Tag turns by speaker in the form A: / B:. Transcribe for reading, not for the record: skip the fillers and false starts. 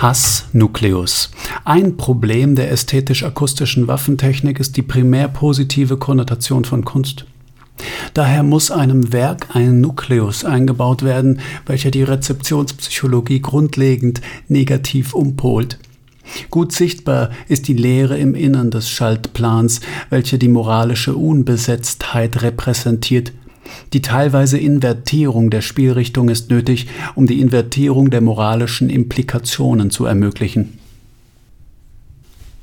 A: Hass-Nukleus. Ein Problem der ästhetisch-akustischen Waffentechnik ist die primär positive Konnotation von Kunst. Daher muss einem Werk ein Nukleus eingebaut werden, welcher die Rezeptionspsychologie grundlegend negativ umpolt. Gut sichtbar ist die Leere im Innern des Schaltplans, welche die moralische Unbesetztheit repräsentiert. Die teilweise Invertierung der Spielrichtung ist nötig, um die Invertierung der moralischen Implikationen zu ermöglichen.